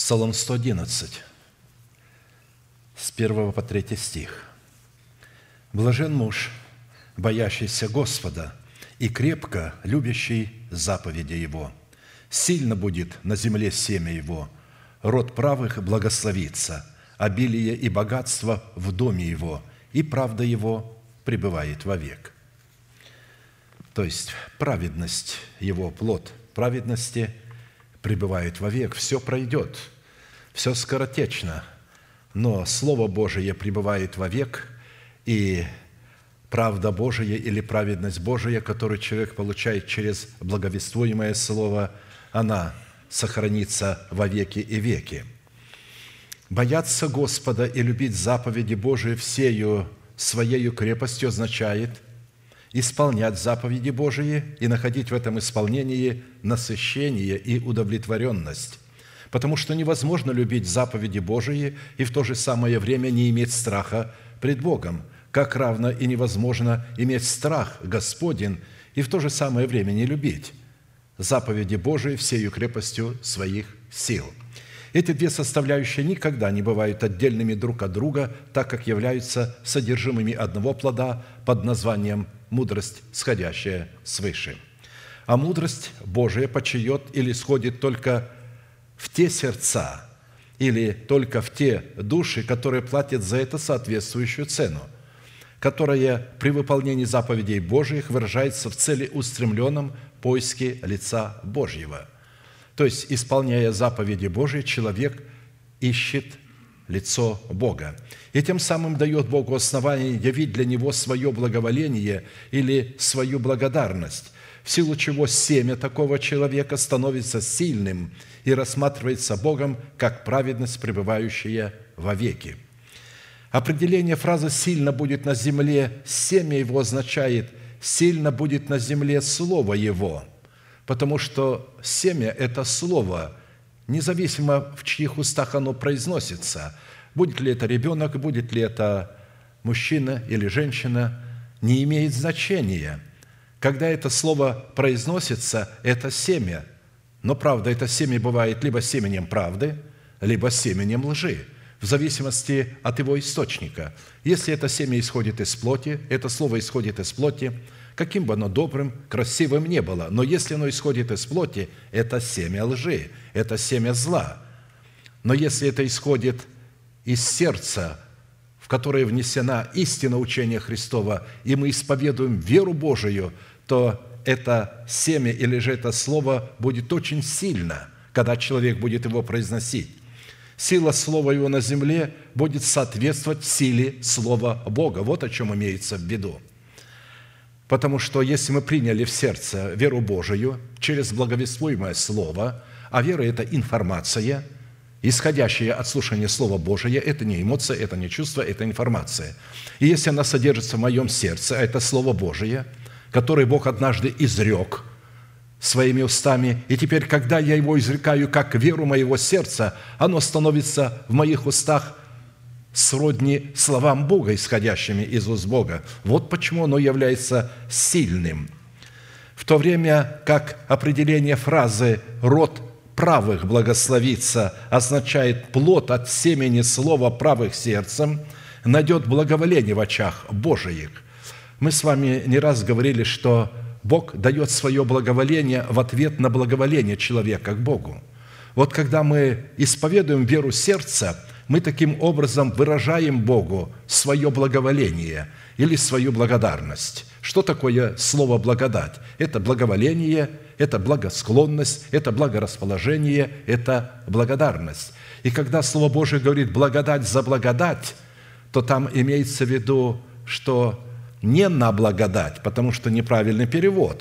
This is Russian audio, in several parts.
Псалом 111, с 1 по 3 стих. «Блажен муж, боящийся Господа, и крепко любящий заповеди Его. Сильно будет на земле семя Его, род правых благословится, обилие и богатство в доме Его, и правда Его пребывает вовек». То есть праведность Его, плод праведности пребывает вовек. Все пройдет, все скоротечно, но Слово Божие пребывает вовек, и правда Божия или праведность Божия, которую человек получает через благовествуемое Слово, она сохранится во веки и веки. Бояться Господа и любить заповеди Божии всею своею крепостью означает исполнять заповеди Божии и находить в этом исполнении насыщение и удовлетворенность. Потому что невозможно любить заповеди Божии и в то же самое время не иметь страха пред Богом, как равно и невозможно иметь страх Господень и в то же самое время не любить заповеди Божии всею крепостью своих сил. Эти две составляющие никогда не бывают отдельными друг от друга, так как являются содержимыми одного плода под названием «мудрость, сходящая свыше». А мудрость Божия почиет или сходит только в те сердца или только в те души, которые платят за это соответствующую цену, которая при выполнении заповедей Божьих выражается в целеустремленном поиске лица Божьего. То есть, исполняя заповеди Божьи, человек ищет лицо Бога. И тем самым дает Богу основание явить для Него свое благоволение или свою благодарность, в силу чего семя такого человека становится сильным и рассматривается Богом как праведность, пребывающая вовеки. Определение фразы «сильно будет на земле семя Его» означает «сильно будет на земле Слово Его», потому что семя – это Слово, независимо, в чьих устах оно произносится. Будет ли это ребенок, будет ли это мужчина или женщина, не имеет значения. Когда это слово произносится, это семя. Но, правда, это семя бывает либо семенем правды, либо семенем лжи, в зависимости от его источника. Если это семя исходит из плоти, это слово исходит из плоти, каким бы оно добрым, красивым не было, но если оно исходит из плоти, это семя лжи, это семя зла. Но если это исходит из сердца, в которое внесена истина учения Христова, и мы исповедуем веру Божию, то это семя или же это слово будет очень сильно, когда человек будет его произносить. Сила слова его на земле будет соответствовать силе слова Бога. Вот о чем имеется в виду. Потому что если мы приняли в сердце веру Божию через благовествуемое Слово, а вера – это информация, исходящая от слушания Слова Божия, это не эмоция, это не чувство, это информация. И если она содержится в моем сердце, а это Слово Божие, которое Бог однажды изрек своими устами, и теперь, когда я его изрекаю как веру моего сердца, оно становится в моих устах сродни словам Бога, исходящими из уст Бога. Вот почему оно является сильным. В то время как определение фразы «род правых благословится» означает «плод от семени слова правых сердцем», найдет благоволение в очах Божиих. Мы с вами не раз говорили, что Бог дает свое благоволение в ответ на благоволение человека к Богу. Вот когда мы исповедуем веру сердца, мы таким образом выражаем Богу свое благоволение или свою благодарность. Что такое слово «благодать»? Это благоволение, это благосклонность, это благорасположение, это благодарность. И когда Слово Божие говорит «благодать за благодать», то там имеется в виду, что не на благодать, потому что неправильный перевод,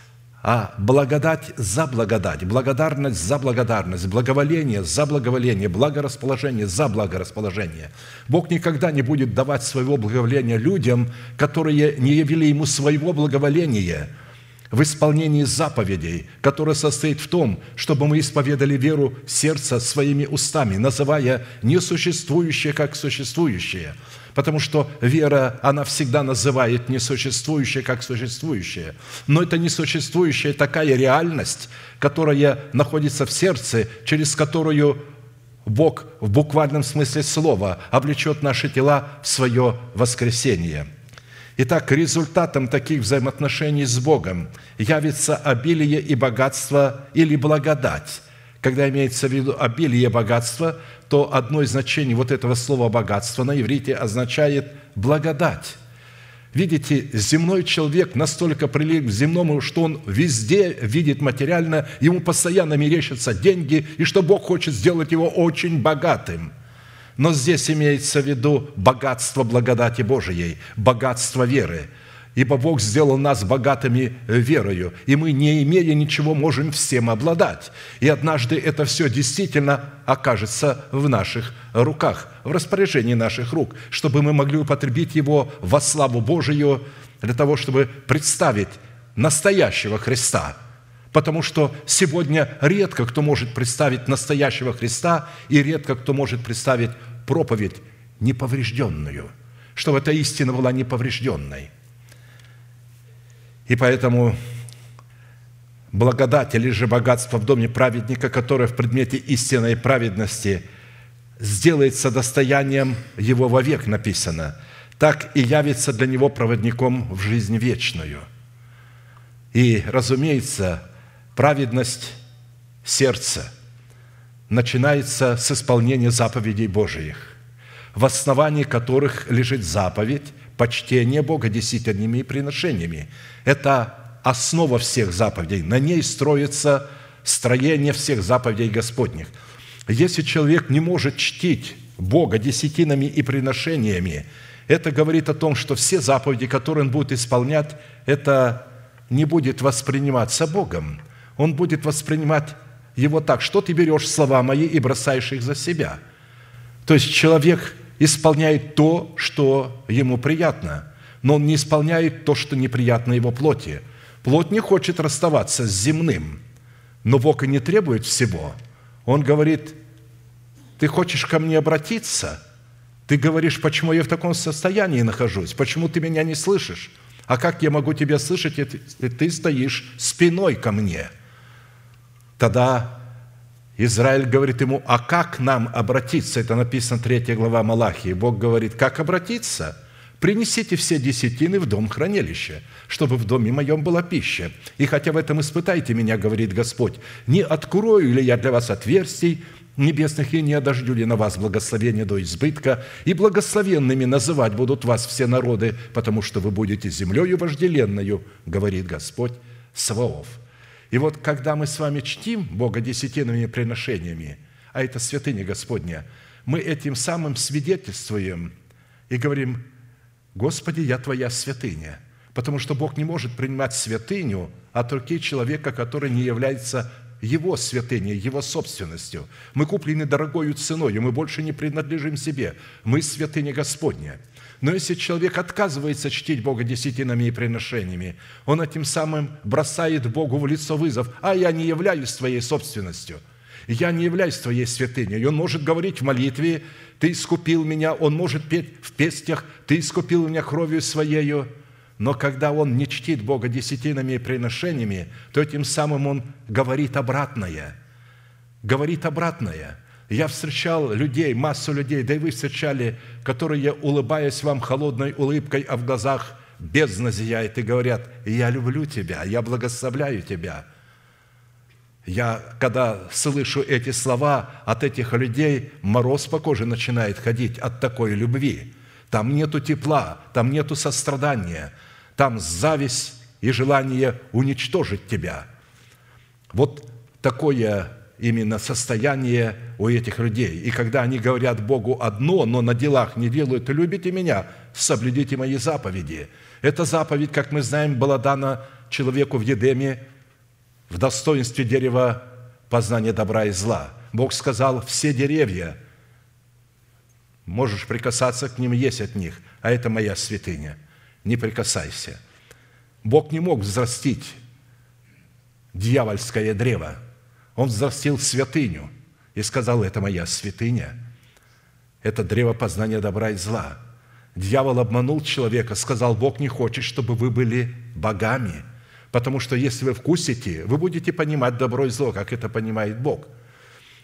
а благодать за благодать, благодарность за благодарность, благоволение за благоволение, благорасположение за благорасположение. Бог никогда не будет давать своего благоволения людям, которые не явили Ему своего благоволения в исполнении заповедей, которое состоит в том, чтобы мы исповедали веру сердца своими устами, называя несуществующее как существующее. Потому что вера, она всегда называет несуществующее как существующее. Но это несуществующая такая реальность, которая находится в сердце, через которую Бог в буквальном смысле слова облечет наши тела в свое воскресение. Итак, результатом таких взаимоотношений с Богом явится обилие и богатство или благодать. Когда имеется в виду обилие и богатство, то одно из значений вот этого слова «богатство» на иврите означает «благодать». Видите, земной человек настолько прилип к земному, что он везде видит материально, ему постоянно мерещатся деньги, и что Бог хочет сделать его очень богатым. Но здесь имеется в виду богатство благодати Божией, богатство веры. Ибо Бог сделал нас богатыми верою, и мы, не имея ничего, можем всем обладать. И однажды это все действительно окажется в наших руках, в распоряжении наших рук, чтобы мы могли употребить его во славу Божию, для того, чтобы представить настоящего Христа. Потому что сегодня редко кто может представить настоящего Христа, и редко кто может представить проповедь неповрежденную, чтобы эта истина была неповрежденной. И поэтому благодать или же богатство в доме праведника, которое в предмете истинной праведности сделается достоянием его вовек, написано, так и явится для него проводником в жизнь вечную. И, разумеется, праведность сердца начинается с исполнения заповедей Божиих, в основании которых лежит заповедь почтение Бога десятинными приношениями. Это основа всех заповедей. На ней строится строение всех заповедей Господних. Если человек не может чтить Бога десятинами и приношениями, это говорит о том, что все заповеди, которые он будет исполнять, это не будет восприниматься Богом. Он будет воспринимать его так, что ты берешь слова мои и бросаешь их за себя. То есть человек исполняет то, что ему приятно, но он не исполняет то, что неприятно его плоти. Плоть не хочет расставаться с земным, но Бог и не требует всего. Он говорит: ты хочешь ко мне обратиться? Ты говоришь, почему я в таком состоянии нахожусь? Почему ты меня не слышишь? А как я могу тебя слышать, если ты стоишь спиной ко мне? Тогда Израиль говорит ему: а как нам обратиться? Это написано 3 глава Малахии. Бог говорит: как обратиться? Принесите все десятины в дом хранилища, чтобы в доме моем была пища. И хотя в этом испытайте меня, говорит Господь, не открою ли я для вас отверстий небесных и не одождю ли на вас благословение до избытка, и благословенными называть будут вас все народы, потому что вы будете землею вожделенною, говорит Господь Саваоф. И вот когда мы с вами чтим Бога десятинными приношениями, а это святыня Господня, мы этим самым свидетельствуем и говорим: Господи, я Твоя святыня, потому что Бог не может принимать святыню от руки человека, который не является Его святыней, Его собственностью. Мы куплены дорогою ценой, и мы больше не принадлежим себе. Мы святыня Господня. Но если человек отказывается чтить Бога десятинами и приношениями, он этим самым бросает Богу в лицо вызов: «А я не являюсь Твоей собственностью, я не являюсь Твоей святыней». И он может говорить в молитве: «Ты искупил меня», он может петь в песнях: «Ты искупил меня кровью Своею». Но когда он не чтит Бога десятинами и приношениями, то этим самым он говорит обратное. Говорит обратное. Я встречал людей, массу людей, да и вы встречали, которые, улыбаясь вам холодной улыбкой, а в глазах бездна зияет, и говорят: «Я люблю тебя, я благословляю тебя». Я, когда слышу эти слова от этих людей, мороз по коже начинает ходить от такой любви. Там нету тепла, там нету сострадания, там зависть и желание уничтожить тебя. Вот такое именно состояние у этих людей. И когда они говорят Богу одно, но на делах не делают: «Любите меня, соблюдите мои заповеди». Эта заповедь, как мы знаем, была дана человеку в Едеме в достоинстве дерева познания добра и зла. Бог сказал: «Все деревья, можешь прикасаться к ним, есть от них, а это моя святыня, не прикасайся». Бог не мог взрастить дьявольское древо. Он взрастил святыню и сказал: «Это моя святыня, это древо познания добра и зла». Дьявол обманул человека, сказал: «Бог не хочет, чтобы вы были богами, потому что если вы вкусите, вы будете понимать добро и зло, как это понимает Бог».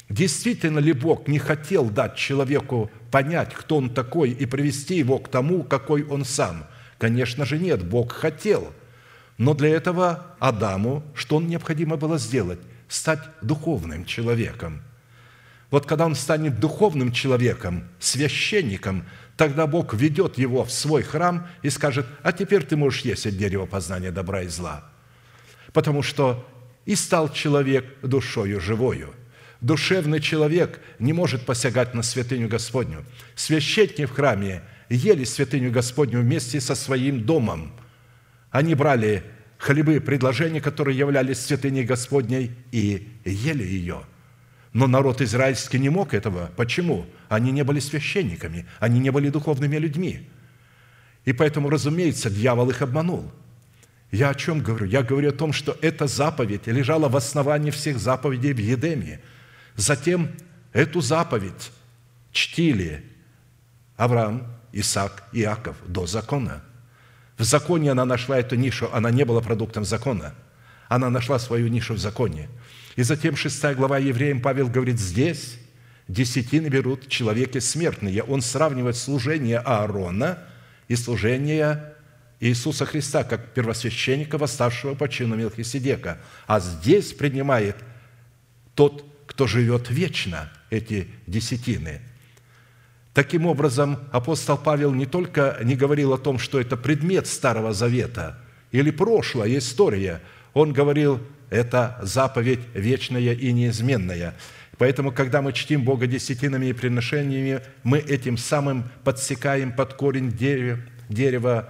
Действительно ли Бог не хотел дать человеку понять, кто он такой, и привести его к тому, какой он сам? Конечно же нет, Бог хотел. Но для этого Адаму, что необходимо было сделать? Стать духовным человеком. Вот когда он станет духовным человеком, священником, тогда Бог ведет его в свой храм и скажет: а теперь ты можешь есть от дерева познания добра и зла. Потому что и стал человек душою живою. Душевный человек не может посягать на святыню Господню. Священники в храме ели святыню Господню вместе со своим домом. Они брали хлебы, предложения, которые являлись святыней Господней, и ели ее. Но народ израильский не мог этого. Почему? Они не были священниками, они не были духовными людьми. И поэтому, разумеется, дьявол их обманул. Я о чем говорю? Я говорю о том, что эта заповедь лежала в основании всех заповедей в Едеме. Затем эту заповедь чтили Авраам, Исаак, Иаков до закона. В законе она нашла эту нишу, она не была продуктом закона. Она нашла свою нишу в законе. И затем 6 глава Евреям Павел говорит: здесь десятины берут человеки смертные. Он сравнивает служение Аарона и служение Иисуса Христа, как первосвященника, восставшего по чину Мелхиседека. А здесь принимает тот, кто живет вечно, эти десятины. Таким образом, апостол Павел не только не говорил о том, что это предмет Старого Завета или прошлая история, он говорил, это заповедь вечная и неизменная. Поэтому, когда мы чтим Бога десятинами и приношениями, мы этим самым подсекаем под корень дерева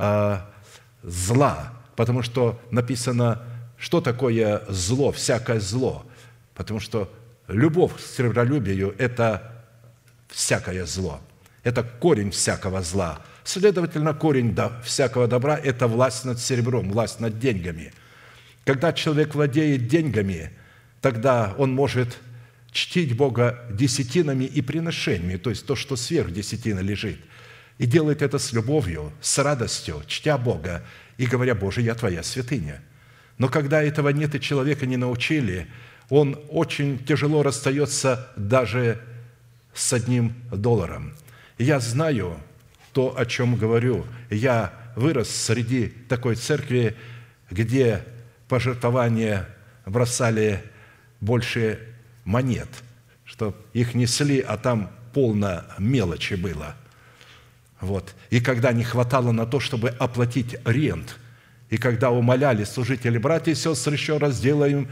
зла, потому что написано, что такое зло, всякое зло, потому что любовь к сребролюбию – это всякое зло, это корень всякого зла. Следовательно, корень всякого добра – это власть над серебром, власть над деньгами. Когда человек владеет деньгами, тогда он может чтить Бога десятинами и приношениями, то есть то, что сверх десятины лежит, и делает это с любовью, с радостью, чтя Бога и говоря: «Боже, я Твоя святыня». Но когда этого нет и человека не научили, он очень тяжело расстается даже с $1. Я знаю то, о чем говорю. Я вырос среди такой церкви, где пожертвования бросали больше монет, что их несли, а там полно мелочи было. Вот. И когда не хватало на то, чтобы оплатить рент, и когда умоляли служители: братья и сестры, еще раз сделаем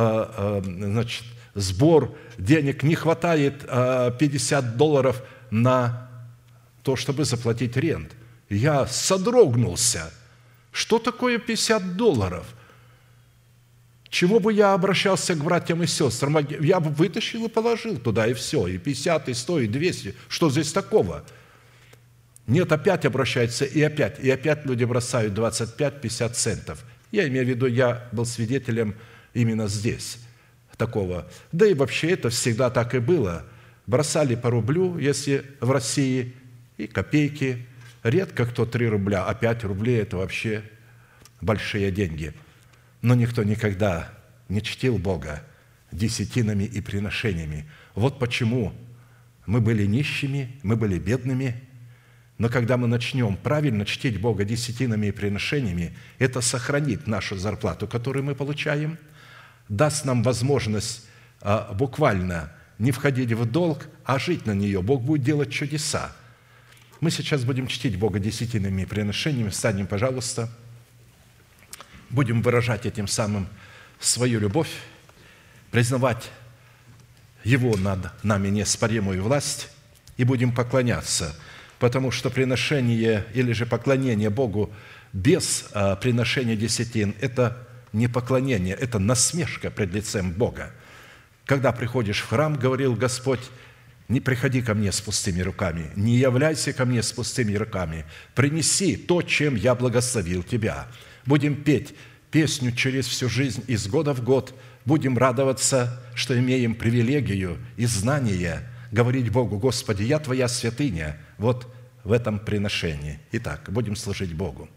сбор денег, не хватает $50 на то, чтобы заплатить рент. Я содрогнулся. Что такое $50? Чего бы я обращался к братьям и сестрам? Я бы вытащил и положил туда, и все, и 50, и 100, и 200. Что здесь такого? Нет, опять обращаются, и опять люди бросают 25-50 центов. Я имею в виду, я был свидетелем именно здесь такого. Да и вообще это всегда так и было. Бросали по рублю, если в России, и копейки. Редко кто 3 рубля, а 5 рублей – это вообще большие деньги. Но никто никогда не чтил Бога десятинами и приношениями. Вот почему мы были нищими, мы были бедными. Но когда мы начнем правильно чтить Бога десятинами и приношениями, это сохранит нашу зарплату, которую мы получаем, даст нам возможность буквально не входить в долг, а жить на нее. Бог будет делать чудеса. Мы сейчас будем чтить Бога десятинами и приношениями. Встанем, пожалуйста. Будем выражать этим самым свою любовь, признавать Его над нами неоспоримую власть и будем поклоняться, потому что приношение или же поклонение Богу без приношения десятин – это не поклонение, это насмешка пред лицем Бога. Когда приходишь в храм, говорил Господь, не приходи ко мне с пустыми руками, не являйся ко мне с пустыми руками, принеси то, чем я благословил тебя. Будем петь песню через всю жизнь из года в год, будем радоваться, что имеем привилегию и знание говорить Богу: «Господи, я Твоя святыня», вот в этом приношении. Итак, будем служить Богу.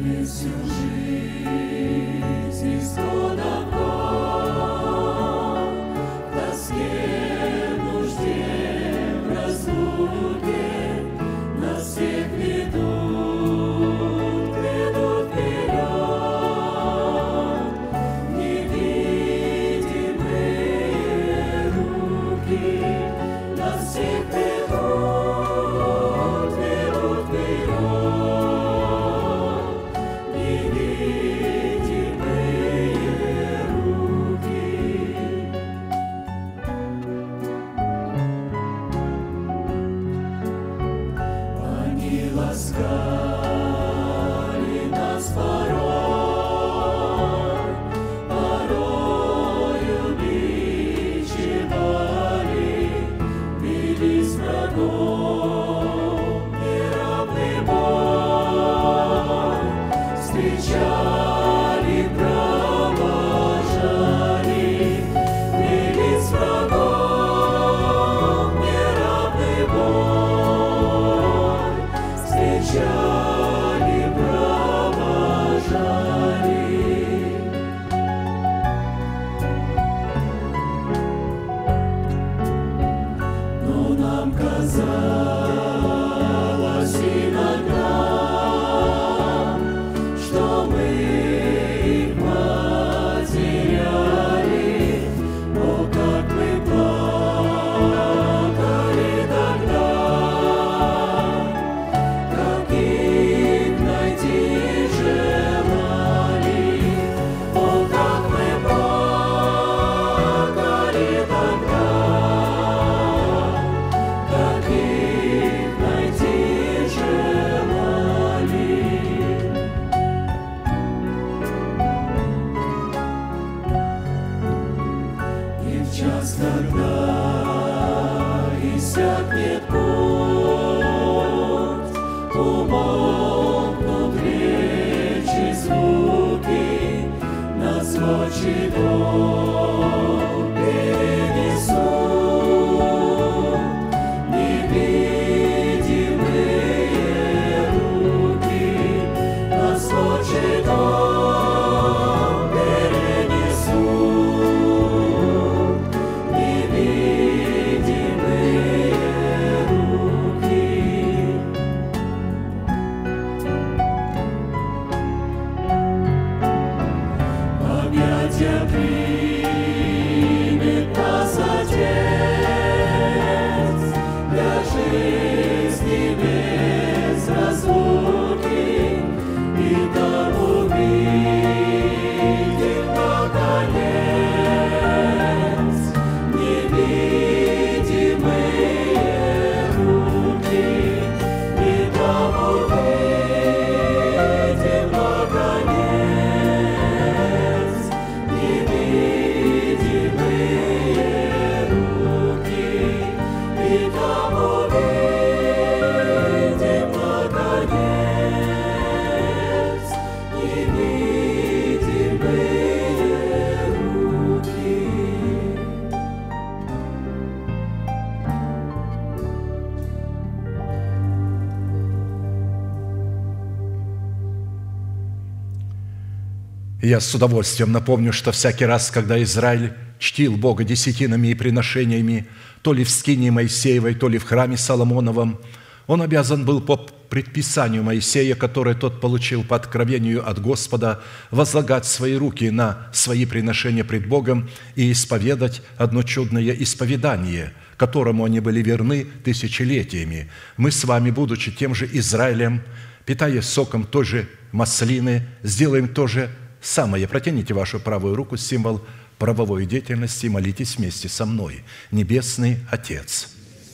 Я с удовольствием напомню, что всякий раз, когда Израиль чтил Бога десятинами и приношениями, то ли в скинии Моисеевой, то ли в храме Соломоновом, он обязан был по предписанию Моисея, которое тот получил по откровению от Господа, возлагать свои руки на свои приношения пред Богом и исповедать одно чудное исповедание, которому они были верны тысячелетиями. Мы с вами, будучи тем же Израилем, питаясь соком той же маслины, сделаем то же самое. Протяните вашу правую руку, символ правовой деятельности, молитесь вместе со мной. Небесный Отец,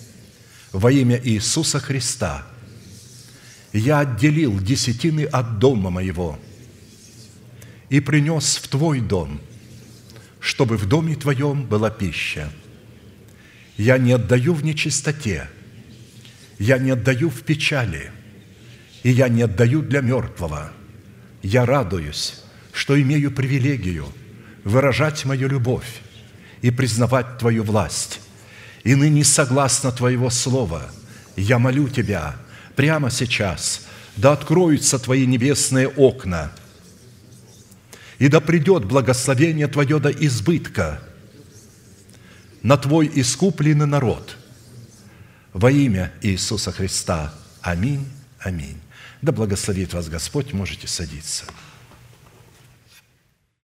во имя Иисуса Христа я отделил десятины от дома моего и принес в Твой дом, чтобы в доме Твоем была пища. Я не отдаю в нечистоте, я не отдаю в печали, и я не отдаю для мертвого. Я радуюсь, что имею привилегию выражать мою любовь и признавать Твою власть. И ныне, согласно Твоего слова, я молю Тебя прямо сейчас да откроются Твои небесные окна, и да придет благословение Твое до избытка на Твой искупленный народ. Во имя Иисуса Христа. Аминь. Аминь. Да благословит вас Господь. Можете садиться.